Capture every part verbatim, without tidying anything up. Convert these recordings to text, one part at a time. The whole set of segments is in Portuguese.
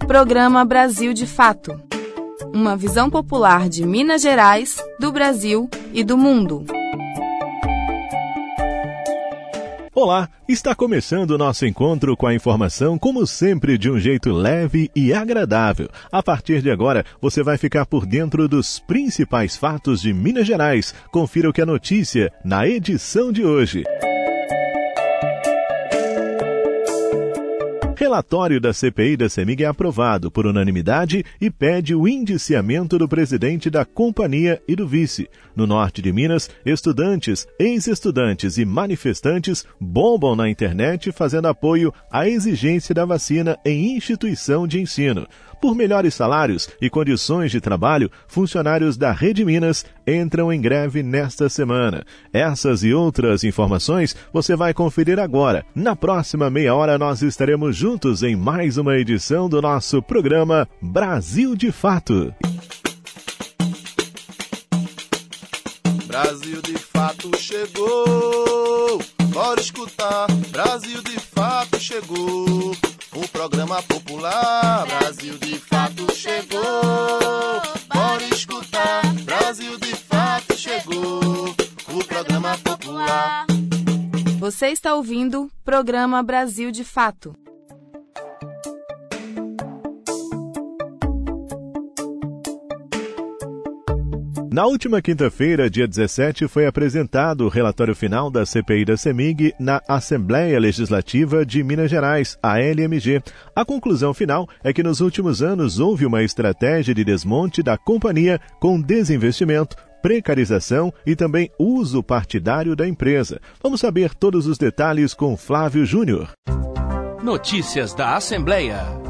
Programa Brasil de Fato. Uma visão popular de Minas Gerais, do Brasil e do mundo. Olá, está começando o nosso encontro com a informação, como sempre, de um jeito leve e agradável. A partir de agora, você vai ficar por dentro dos principais fatos de Minas Gerais. Confira o que é notícia na edição de hoje. Relatório da C P I da CEMIG é aprovado por unanimidade e pede o indiciamento do presidente da companhia e do vice. No norte de Minas, estudantes, ex-estudantes e manifestantes bombam na internet fazendo apoio à exigência da vacina em instituição de ensino. Por melhores salários e condições de trabalho, funcionários da Rede Minas entram em greve nesta semana. Essas e outras informações você vai conferir agora. Na próxima meia hora nós estaremos juntos em mais uma edição do nosso programa Brasil de Fato. Brasil de Fato chegou, bora escutar. Brasil de Fato chegou, o programa popular. Brasil de Fato chegou, bora escutar. Brasil de Fato chegou, o programa popular. Você está ouvindo Programa Brasil de Fato. Na última quinta-feira, dia dezessete, foi apresentado o relatório final da C P I da CEMIG na Assembleia Legislativa de Minas Gerais, a L M G. A conclusão final é que nos últimos anos houve uma estratégia de desmonte da companhia com desinvestimento, precarização e também uso partidário da empresa. Vamos saber todos os detalhes com Flávio Júnior. Notícias da Assembleia.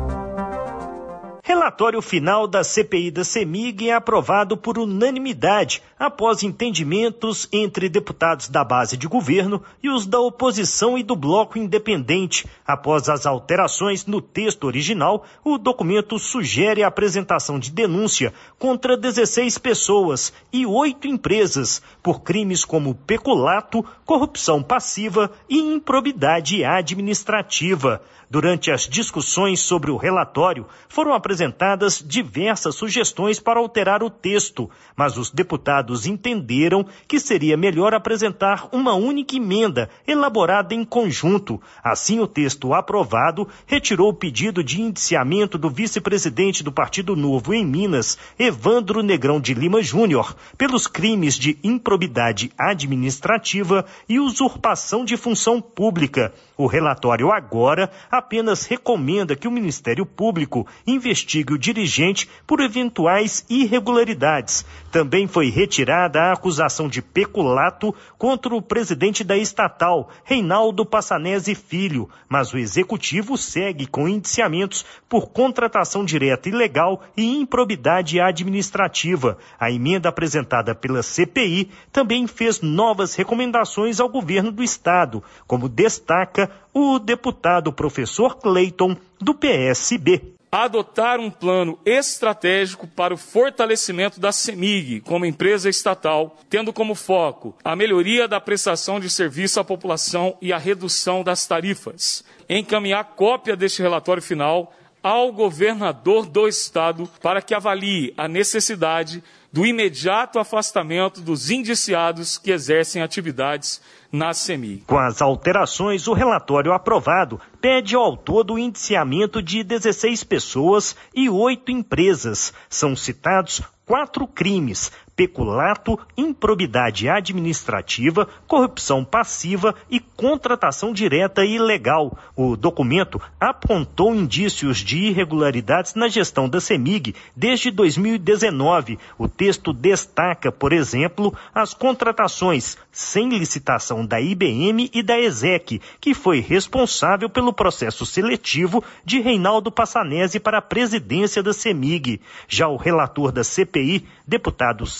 Relatório final da C P I da CEMIG é aprovado por unanimidade, após entendimentos entre deputados da base de governo e os da oposição e do bloco independente. Após as alterações no texto original, o documento sugere a apresentação de denúncia contra dezesseis pessoas e oito empresas por crimes como peculato, corrupção passiva e improbidade administrativa. Durante as discussões sobre o relatório, foram apresentadas diversas sugestões para alterar o texto, mas os deputados entenderam que seria melhor apresentar uma única emenda, elaborada em conjunto. Assim, o texto aprovado retirou o pedido de indiciamento do vice-presidente do Partido Novo em Minas, Evandro Negrão de Lima Júnior, pelos crimes de improbidade administrativa e usurpação de função pública. O relatório agora apenas recomenda que o Ministério Público investigue o dirigente por eventuais irregularidades. Também foi retirada a acusação de peculato contra o presidente da estatal, Reinaldo Passanezi Filho, mas o Executivo segue com indiciamentos por contratação direta ilegal e improbidade administrativa. A emenda apresentada pela C P I também fez novas recomendações ao governo do Estado, como destaca o deputado professor Cleiton, do P S B. Adotar um plano estratégico para o fortalecimento da CEMIG como empresa estatal, tendo como foco a melhoria da prestação de serviço à população e a redução das tarifas. Encaminhar cópia deste relatório final ao governador do estado para que avalie a necessidade do imediato afastamento dos indiciados que exercem atividades na CEMIG. Com as alterações, o relatório aprovado pede ao todo o indiciamento de dezesseis pessoas e oito empresas. São citados quatro crimes: peculato, improbidade administrativa, corrupção passiva e contratação direta e ilegal. O documento apontou indícios de irregularidades na gestão da CEMIG desde dois mil e dezenove. O texto destaca, por exemplo, as contratações sem licitação da I B M e da ESEC, que foi responsável pelo processo seletivo de Reinaldo Passanezi para a presidência da CEMIG. Já o relator da C P I, deputado Sá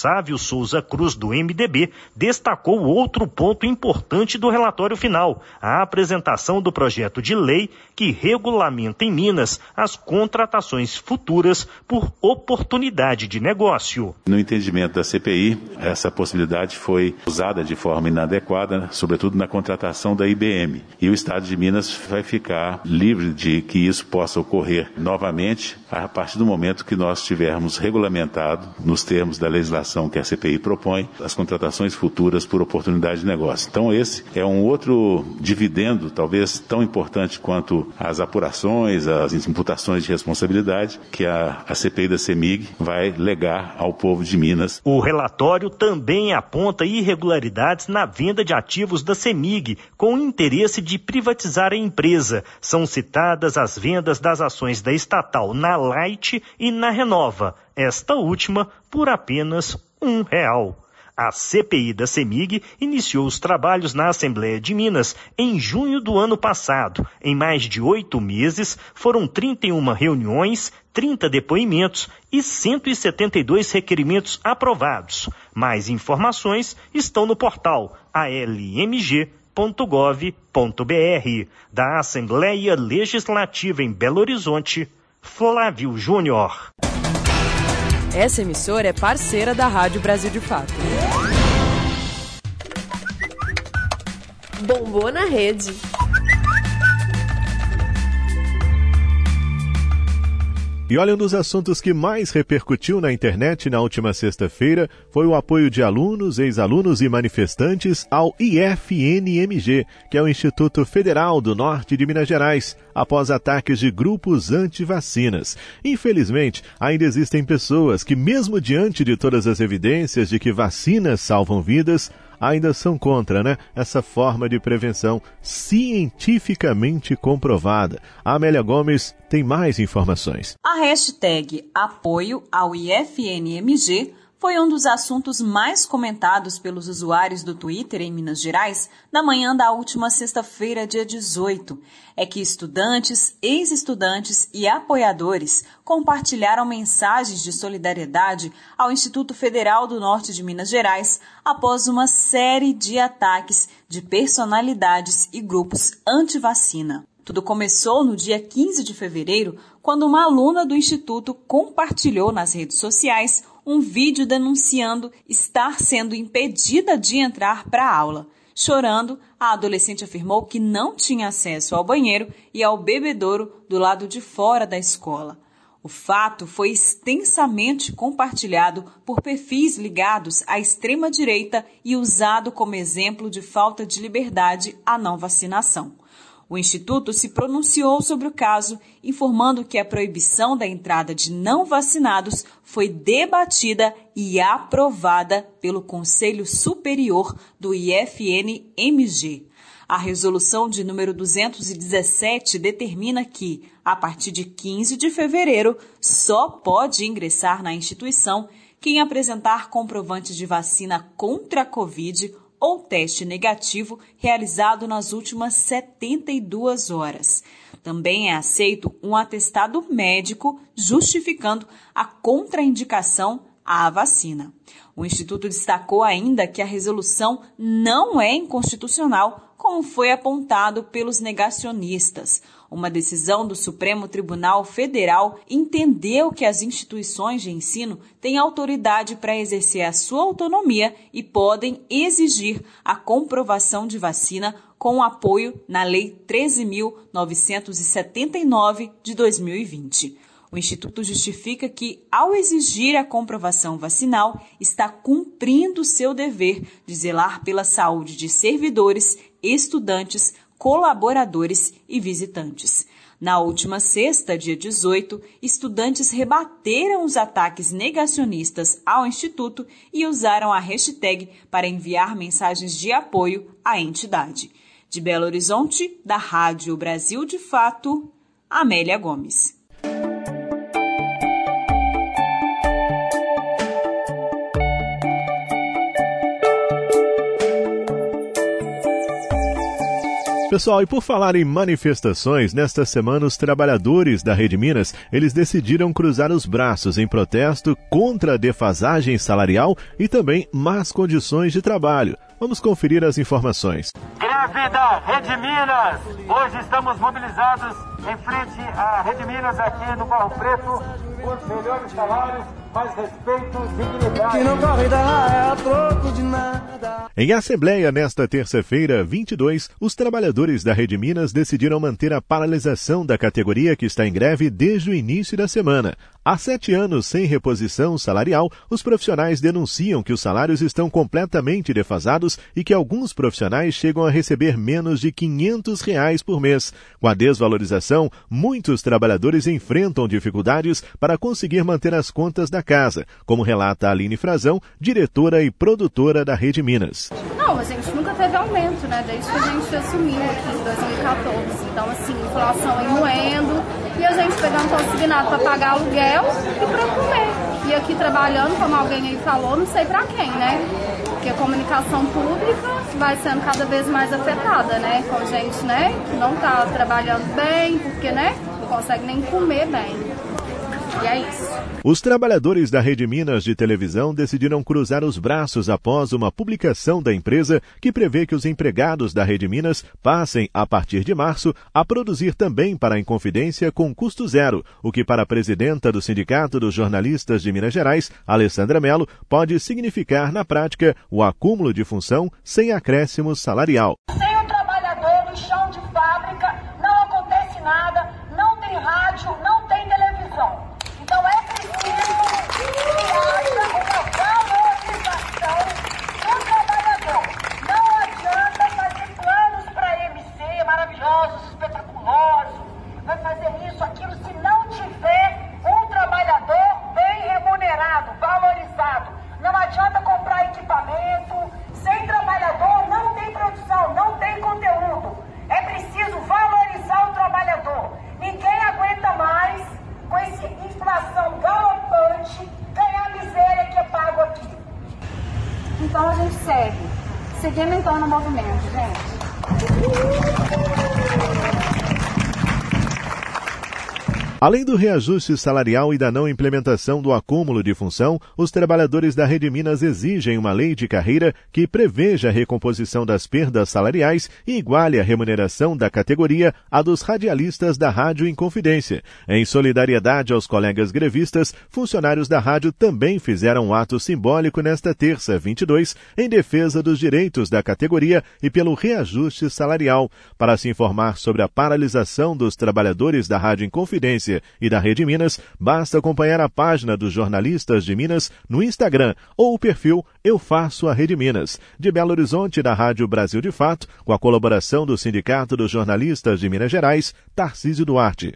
Sávio Souza Cruz, do M D B, destacou outro ponto importante do relatório final, a apresentação do projeto de lei que regulamenta em Minas as contratações futuras por oportunidade de negócio. No entendimento da C P I, essa possibilidade foi usada de forma inadequada, sobretudo na contratação da I B M. E o Estado de Minas vai ficar livre de que isso possa ocorrer novamente a partir do momento que nós tivermos regulamentado, nos termos da legislação que a C P I propõe, as contratações futuras por oportunidade de negócio. Então esse é um outro dividendo, talvez tão importante quanto as apurações, as imputações de responsabilidade, que a, a C P I da CEMIG vai legar ao povo de Minas. O relatório também aponta irregularidades na venda de ativos da CEMIG, com o interesse de privatizar a empresa. São citadas as vendas das ações da estatal na Light e na Renova, esta última por apenas um real. A C P I da CEMIG iniciou os trabalhos na Assembleia de Minas em junho do ano passado. Em mais de oito meses, foram trinta e uma reuniões, trinta depoimentos e cento e setenta e dois requerimentos aprovados. Mais informações estão no portal a l m g ponto gov ponto b r. Da Assembleia Legislativa em Belo Horizonte, Flávio Júnior. Essa emissora é parceira da Rádio Brasil de Fato. Bombou na rede. E olha, um dos assuntos que mais repercutiu na internet na última sexta-feira foi o apoio de alunos, ex-alunos e manifestantes ao I F N M G, que é o Instituto Federal do Norte de Minas Gerais, após ataques de grupos anti-vacinas. Infelizmente, ainda existem pessoas que, mesmo diante de todas as evidências de que vacinas salvam vidas, ainda são contra, né, essa forma de prevenção cientificamente comprovada. A Amélia Gomes tem mais informações. A hashtag apoio ao I F N M G foi um dos assuntos mais comentados pelos usuários do Twitter em Minas Gerais na manhã da última sexta-feira, dia dezoito. É que estudantes, ex-estudantes e apoiadores compartilharam mensagens de solidariedade ao Instituto Federal do Norte de Minas Gerais após uma série de ataques de personalidades e grupos anti-vacina. Tudo começou no dia quinze de fevereiro, quando uma aluna do Instituto compartilhou nas redes sociais um vídeo denunciando estar sendo impedida de entrar para a aula. Chorando, a adolescente afirmou que não tinha acesso ao banheiro e ao bebedouro do lado de fora da escola. O fato foi extensamente compartilhado por perfis ligados à extrema-direita e usado como exemplo de falta de liberdade à não vacinação. O Instituto se pronunciou sobre o caso, informando que a proibição da entrada de não vacinados foi debatida e aprovada pelo Conselho Superior do I F N M G. A resolução de número duzentos e dezessete determina que, a partir de quinze de fevereiro, só pode ingressar na instituição quem apresentar comprovante de vacina contra a Covid ou teste negativo realizado nas últimas setenta e duas horas. Também é aceito um atestado médico justificando a contraindicação à vacina. O Instituto destacou ainda que a resolução não é inconstitucional, como foi apontado pelos negacionistas. Uma decisão do Supremo Tribunal Federal entendeu que as instituições de ensino têm autoridade para exercer a sua autonomia e podem exigir a comprovação de vacina com apoio na Lei treze mil novecentos e setenta e nove de dois mil e vinte. O Instituto justifica que, ao exigir a comprovação vacinal, está cumprindo seu dever de zelar pela saúde de servidores, estudantes, colaboradores e visitantes. Na última sexta, dia dezoito, estudantes rebateram os ataques negacionistas ao Instituto e usaram a hashtag para enviar mensagens de apoio à entidade. De Belo Horizonte, da Rádio Brasil de Fato, Amélia Gomes. Pessoal, e por falar em manifestações, nesta semana os trabalhadores da Rede Minas, eles decidiram cruzar os braços em protesto contra a defasagem salarial e também más condições de trabalho. Vamos conferir as informações. Greve da Rede Minas! Hoje estamos mobilizados em frente à Rede Minas aqui no Barro Preto por melhores salários, mais respeito, dignidade. Que não corre da raia, troco de nada. Em assembleia nesta terça-feira, vinte e dois, os trabalhadores da Rede Minas decidiram manter a paralisação da categoria que está em greve desde o início da semana. Há sete anos sem reposição salarial, os profissionais denunciam que os salários estão completamente defasados e que alguns profissionais chegam a receber menos de quinhentos reais por mês. Com a desvalorização, muitos trabalhadores enfrentam dificuldades para conseguir manter as contas da casa, como relata a Aline Frazão, diretora e produtora da Rede Minas. Não, a gente nunca teve aumento, né? Desde que a gente assumiu aqui em dois mil e quatorze. Então, assim, inflação aí moendo e a gente pegando consignado para pagar aluguel e para comer. E aqui trabalhando, como alguém aí falou, não sei para quem, né? Porque a comunicação pública vai sendo cada vez mais afetada, né? Com gente, né, que não está trabalhando bem, porque, né, não consegue nem comer bem. E é isso. Os trabalhadores da Rede Minas de televisão decidiram cruzar os braços após uma publicação da empresa que prevê que os empregados da Rede Minas passem, a partir de março, a produzir também para a Inconfidência com custo zero, o que para a presidenta do Sindicato dos Jornalistas de Minas Gerais, Alessandra Mello, pode significar, na prática, o acúmulo de função sem acréscimo salarial. Sem o trabalhador no chão de fábrica, não acontece nada, não tem rádio, não tem televisão. Então é preciso que haja uma valorização do trabalhador. Não adianta fazer planos para M C maravilhosos, espetaculosos, vai fazer isso, aquilo, se não tiver um trabalhador bem remunerado, valorizado. Não adianta comprar equipamento, sem trabalhador não tem produção, não tem conteúdo. É preciso valorizar o trabalhador. Ninguém aguenta mais, com essa inflação galopante, ganhar a miséria que é pago aqui. Então a gente segue. Seguimos então no movimento, gente. Além do reajuste salarial e da não implementação do acúmulo de função, os trabalhadores da Rede Minas exigem uma lei de carreira que preveja a recomposição das perdas salariais e iguale a remuneração da categoria à dos radialistas da Rádio Inconfidência. Em solidariedade aos colegas grevistas, funcionários da rádio também fizeram um ato simbólico nesta terça, vinte e dois, em defesa dos direitos da categoria e pelo reajuste salarial. Para se informar sobre a paralisação dos trabalhadores da Rádio Inconfidência e da Rede Minas, basta acompanhar a página dos jornalistas de Minas no Instagram ou o perfil Eu Faço a Rede Minas. De Belo Horizonte, da Rádio Brasil de Fato, com a colaboração do Sindicato dos Jornalistas de Minas Gerais, Tarcísio Duarte.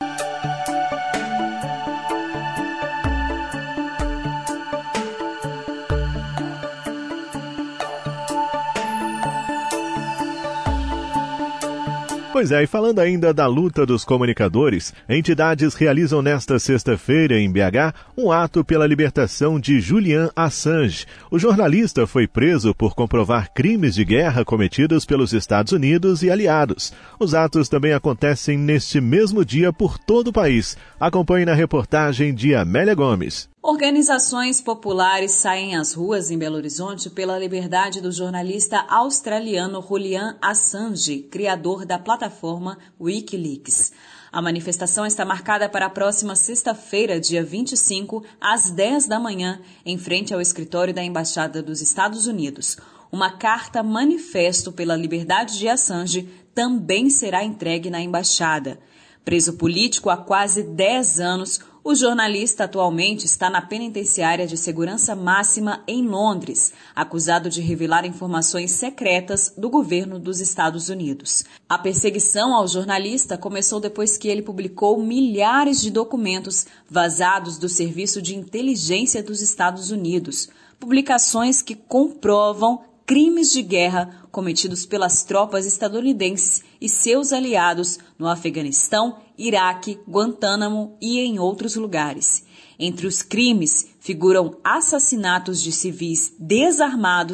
Pois é, e falando ainda da luta dos comunicadores, entidades realizam nesta sexta-feira em B H um ato pela libertação de Julian Assange. O jornalista foi preso por comprovar crimes de guerra cometidos pelos Estados Unidos e aliados. Os atos também acontecem neste mesmo dia por todo o país. Acompanhe na reportagem de Amélia Gomes. Organizações populares saem às ruas em Belo Horizonte pela liberdade do jornalista australiano Julian Assange, criador da plataforma Wikileaks. A manifestação está marcada para a próxima sexta-feira, dia vinte e cinco, às dez da manhã, em frente ao escritório da Embaixada dos Estados Unidos. Uma carta manifesto pela liberdade de Assange também será entregue na embaixada. Preso político há quase dez anos, o jornalista atualmente está na penitenciária de segurança máxima em Londres, acusado de revelar informações secretas do governo dos Estados Unidos. A perseguição ao jornalista começou depois que ele publicou milhares de documentos vazados do Serviço de Inteligência dos Estados Unidos, publicações que comprovam crimes de guerra cometidos pelas tropas estadunidenses e seus aliados no Afeganistão, Iraque, Guantánamo e em outros lugares. Entre os crimes figuram assassinatos de civis desarmados,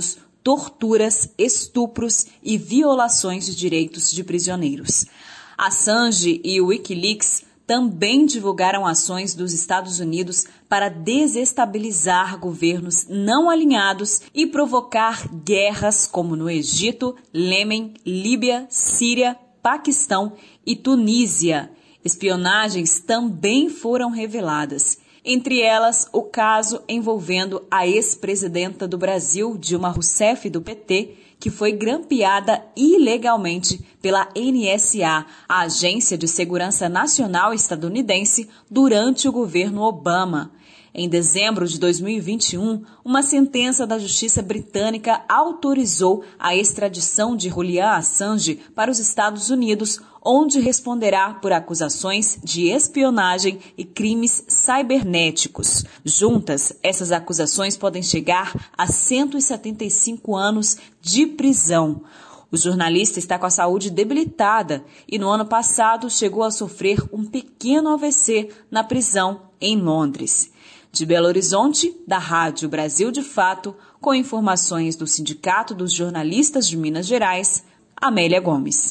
torturas, estupros e violações de direitos de prisioneiros. Assange e o Wikileaks também divulgaram ações dos Estados Unidos para desestabilizar governos não alinhados e provocar guerras como no Egito, Iêmen, Líbia, Síria, Paquistão e Tunísia. Espionagens também foram reveladas. Entre elas, o caso envolvendo a ex-presidenta do Brasil, Dilma Rousseff, do P T, que foi grampeada ilegalmente pela N S A, a Agência de Segurança Nacional estadunidense, durante o governo Obama. Em dezembro de dois mil e vinte e um, uma sentença da Justiça britânica autorizou a extradição de Julian Assange para os Estados Unidos, onde responderá por acusações de espionagem e crimes cibernéticos. Juntas, essas acusações podem chegar a cento e setenta e cinco anos de prisão. O jornalista está com a saúde debilitada e no ano passado chegou a sofrer um pequeno A V C na prisão em Londres. De Belo Horizonte, da Rádio Brasil de Fato, com informações do Sindicato dos Jornalistas de Minas Gerais, Amélia Gomes.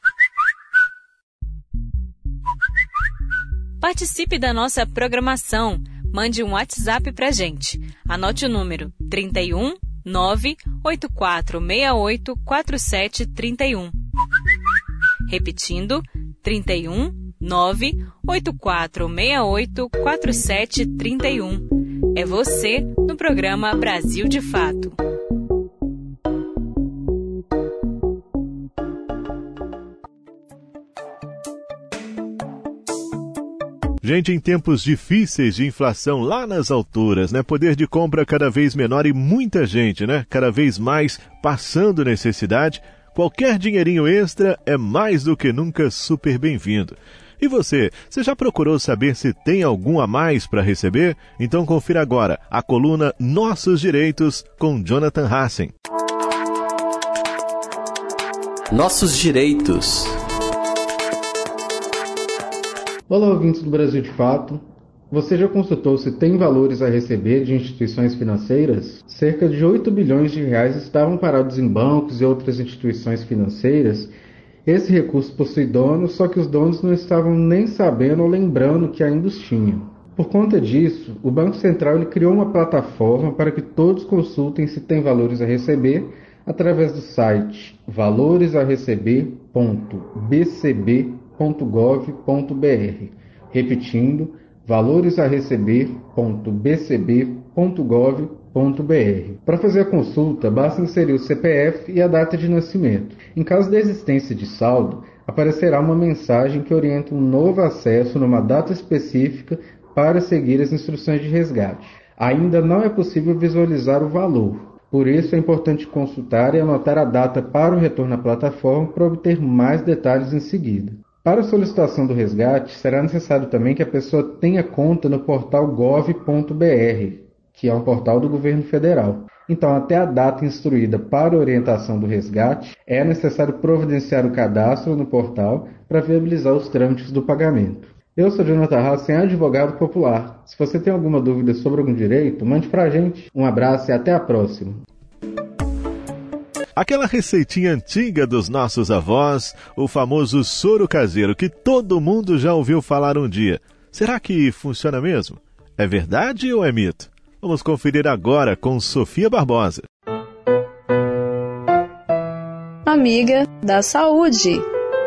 Participe da nossa programação. Mande um WhatsApp pra gente. Anote o número trinta e um, nove oito quatro seis oito quatro sete três um. Repetindo, trinta e um, nove oito quatro seis oito quatro sete três um. É você no programa Brasil de Fato. Gente, em tempos difíceis de inflação lá nas alturas, né? Poder de compra cada vez menor e muita gente, né? Cada vez mais passando necessidade. Qualquer dinheirinho extra é mais do que nunca super bem-vindo. E você, você já procurou saber se tem algum a mais para receber? Então confira agora a coluna Nossos Direitos com Jonathan Hassen. Nossos Direitos. Olá, ouvintes do Brasil de Fato. Você já consultou se tem valores a receber de instituições financeiras? Cerca de oito bilhões de reais estavam parados em bancos e outras instituições financeiras. Esse recurso possui donos, só que os donos não estavam nem sabendo ou lembrando que ainda os tinham. Por conta disso, o Banco Central ele criou uma plataforma para que todos consultem se tem valores a receber através do site valores a receber ponto b c b ponto gov ponto b r. Repetindo, valores a receber ponto b c b ponto gov ponto b r. Para fazer a consulta, basta inserir o C P F e a data de nascimento. Em caso de existência de saldo, aparecerá uma mensagem que orienta um novo acesso numa data específica para seguir as instruções de resgate. Ainda não é possível visualizar o valor. Por isso é importante consultar e anotar a data para o retorno à plataforma para obter mais detalhes em seguida. Para a solicitação do resgate, será necessário também que a pessoa tenha conta no portal gov ponto b r, que é um portal do governo federal. Então, até a data instruída para a orientação do resgate, é necessário providenciar o cadastro no portal para viabilizar os trâmites do pagamento. Eu sou Jonathan Hassen, advogado popular. Se você tem alguma dúvida sobre algum direito, mande para a gente. Um abraço e até a próxima. Aquela receitinha antiga dos nossos avós, o famoso soro caseiro que todo mundo já ouviu falar um dia. Será que funciona mesmo? É verdade ou é mito? Vamos conferir agora com Sofia Barbosa. Amiga da Saúde.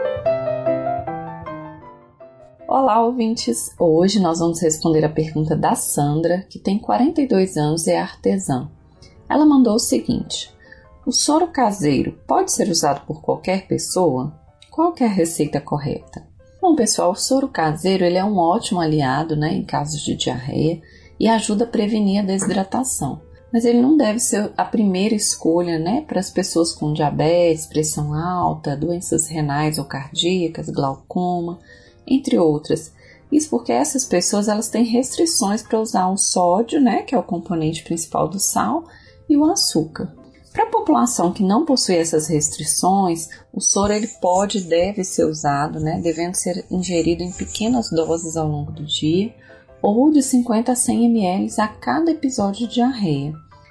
Olá, ouvintes! Hoje nós vamos responder a pergunta da Sandra, que tem quarenta e dois anos e é artesã. Ela mandou o seguinte: o soro caseiro pode ser usado por qualquer pessoa? Qual que é a receita correta? Bom, pessoal, o soro caseiro ele é um ótimo aliado, né, em casos de diarreia e ajuda a prevenir a desidratação. Mas ele não deve ser a primeira escolha, né, para as pessoas com diabetes, pressão alta, doenças renais ou cardíacas, glaucoma, entre outras. Isso porque essas pessoas elas têm restrições para usar o sódio, né, que é o componente principal do sal, e o açúcar. Para a população que não possui essas restrições, o soro ele pode e deve ser usado, né, devendo ser ingerido em pequenas doses ao longo do dia, ou de cinquenta a cem mililitros a cada episódio de diarreia.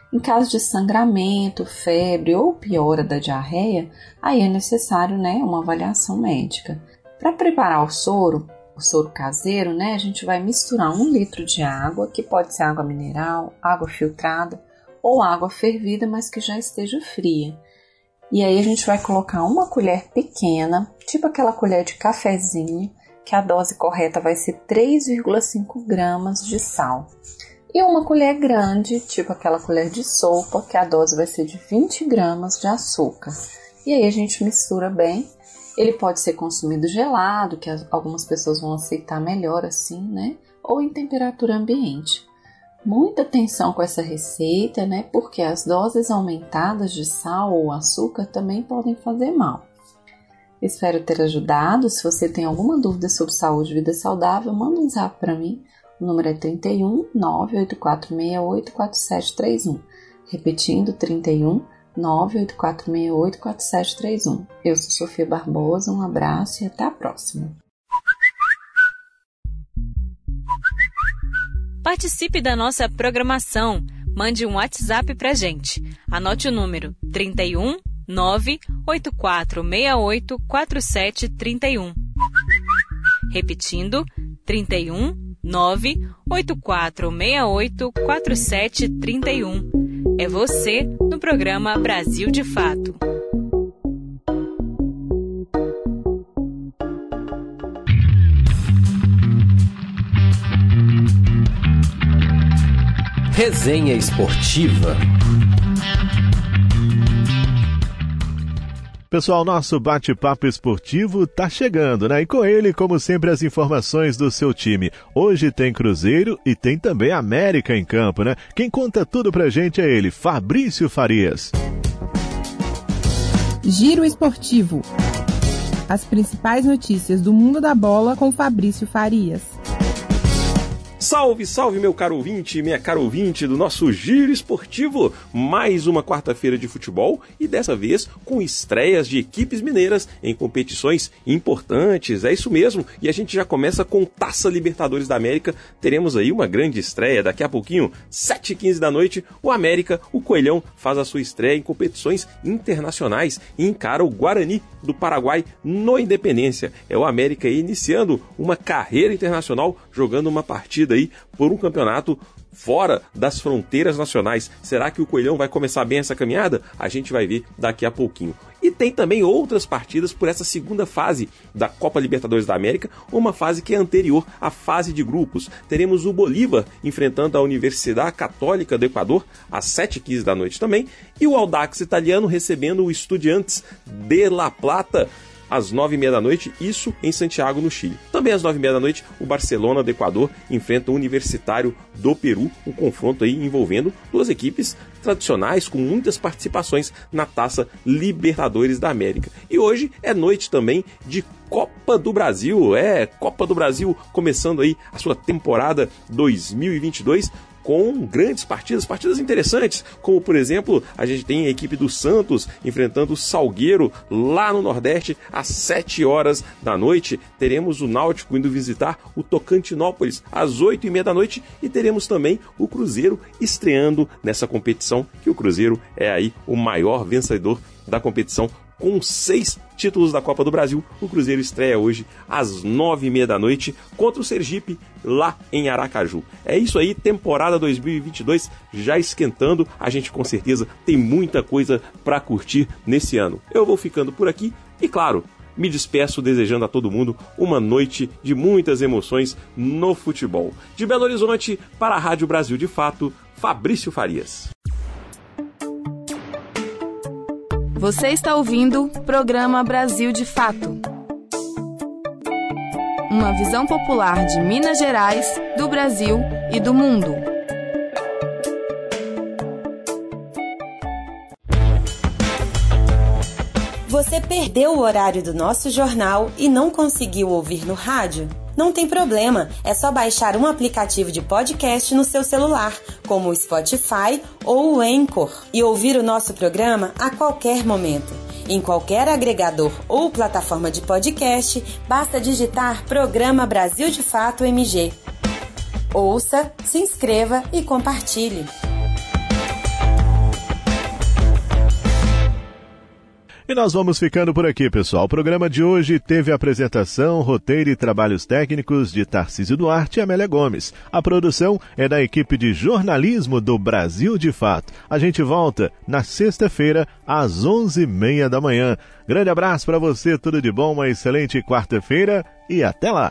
Em caso de sangramento, febre ou piora da diarreia, aí é necessário, né, uma avaliação médica. Para preparar o soro, o soro caseiro, né, a gente vai misturar um litro de água, que pode ser água mineral, água filtrada ou água fervida, mas que já esteja fria. E aí a gente vai colocar uma colher pequena, tipo aquela colher de cafezinho, que a dose correta vai ser três vírgula cinco gramas de sal. E uma colher grande, tipo aquela colher de sopa, que a dose vai ser de vinte gramas de açúcar. E aí a gente mistura bem. Ele pode ser consumido gelado, que algumas pessoas vão aceitar melhor assim, né? Ou em temperatura ambiente. Muita atenção com essa receita, né? Porque as doses aumentadas de sal ou açúcar também podem fazer mal. Espero ter ajudado. Se você tem alguma dúvida sobre saúde e vida saudável, manda um zap para mim. O número é trinta e um, nove oito quatro seis oito, quatro sete três um. Repetindo, trinta e um, nove oito quatro seis oito, quatro sete três um. Eu sou Sofia Barbosa, um abraço e até a próxima. Participe da nossa programação. Mande um WhatsApp pra gente. Anote o número trinta e um, nove oito quatro seis oito, quatro sete três um. Repetindo, trinta e um, nove oito quatro seis oito, quatro sete três um. É você no programa Brasil de Fato. Resenha Esportiva. Pessoal, nosso bate-papo esportivo tá chegando, né? E com ele, como sempre, as informações do seu time. Hoje tem Cruzeiro e tem também América em campo, né? Quem conta tudo pra gente é ele, Fabrício Farias. Giro Esportivo. As principais notícias do mundo da bola com Fabrício Farias. Salve, salve, meu caro ouvinte, minha cara ouvinte do nosso Giro Esportivo. Mais uma quarta-feira de futebol e dessa vez com estreias de equipes mineiras em competições importantes. É isso mesmo, e a gente já começa com Taça Libertadores da América. Teremos aí uma grande estreia daqui a pouquinho, sete e quinze da noite. O América, o Coelhão, faz a sua estreia em competições internacionais e encara o Guarani do Paraguai no Independência. É o América aí iniciando uma carreira internacional, jogando uma partida aí por um campeonato fora das fronteiras nacionais. Será que o Coelhão vai começar bem essa caminhada? A gente vai ver daqui a pouquinho. E tem também outras partidas por essa segunda fase da Copa Libertadores da América, uma fase que é anterior à fase de grupos. Teremos o Bolívar enfrentando a Universidade Católica do Equador às sete e quinze da noite também, e o Audax Italiano recebendo o Estudiantes de La Plata às nove e meia da noite, isso em Santiago, no Chile. Também às nove e meia da noite, o Barcelona do Equador enfrenta o Universitário do Peru, um confronto aí envolvendo duas equipes tradicionais com muitas participações na Taça Libertadores da América. E hoje é noite também de Copa do Brasil, é, Copa do Brasil começando aí a sua temporada dois mil e vinte e dois, com grandes partidas, partidas interessantes, como por exemplo, a gente tem a equipe do Santos enfrentando o Salgueiro lá no Nordeste às sete horas da noite. Teremos o Náutico indo visitar o Tocantinópolis às oito e meia da noite e teremos também o Cruzeiro estreando nessa competição, que o Cruzeiro é aí o maior vencedor da competição, com seis títulos da Copa do Brasil. O Cruzeiro estreia hoje às nove e meia da noite contra o Sergipe, lá em Aracaju. É isso aí, temporada dois mil e vinte e dois já esquentando. A gente com certeza tem muita coisa para curtir nesse ano. Eu vou ficando por aqui e, claro, me despeço desejando a todo mundo uma noite de muitas emoções no futebol. De Belo Horizonte, para a Rádio Brasil de Fato, Fabrício Farias. Você está ouvindo o programa Brasil de Fato. Uma visão popular de Minas Gerais, do Brasil e do mundo. Você perdeu o horário do nosso jornal e não conseguiu ouvir no rádio? Não tem problema, é só baixar um aplicativo de podcast no seu celular, como o Spotify ou o Anchor, e ouvir o nosso programa a qualquer momento. Em qualquer agregador ou plataforma de podcast, basta digitar Programa Brasil de Fato M G. Ouça, se inscreva e compartilhe. E nós vamos ficando por aqui, pessoal. O programa de hoje teve a apresentação, roteiro e trabalhos técnicos de Tarcísio Duarte e Amélia Gomes. A produção é da equipe de jornalismo do Brasil de Fato. A gente volta na sexta-feira, às onze e meia da manhã. Grande abraço para você, tudo de bom, uma excelente quarta-feira e até lá!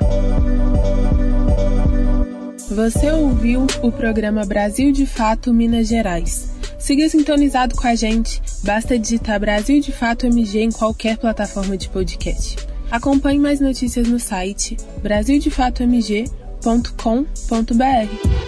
Você ouviu o programa Brasil de Fato Minas Gerais. Siga sintonizado com a gente, basta digitar Brasil de Fato M G em qualquer plataforma de podcast. Acompanhe mais notícias no site brasil de fato m g ponto com ponto b r.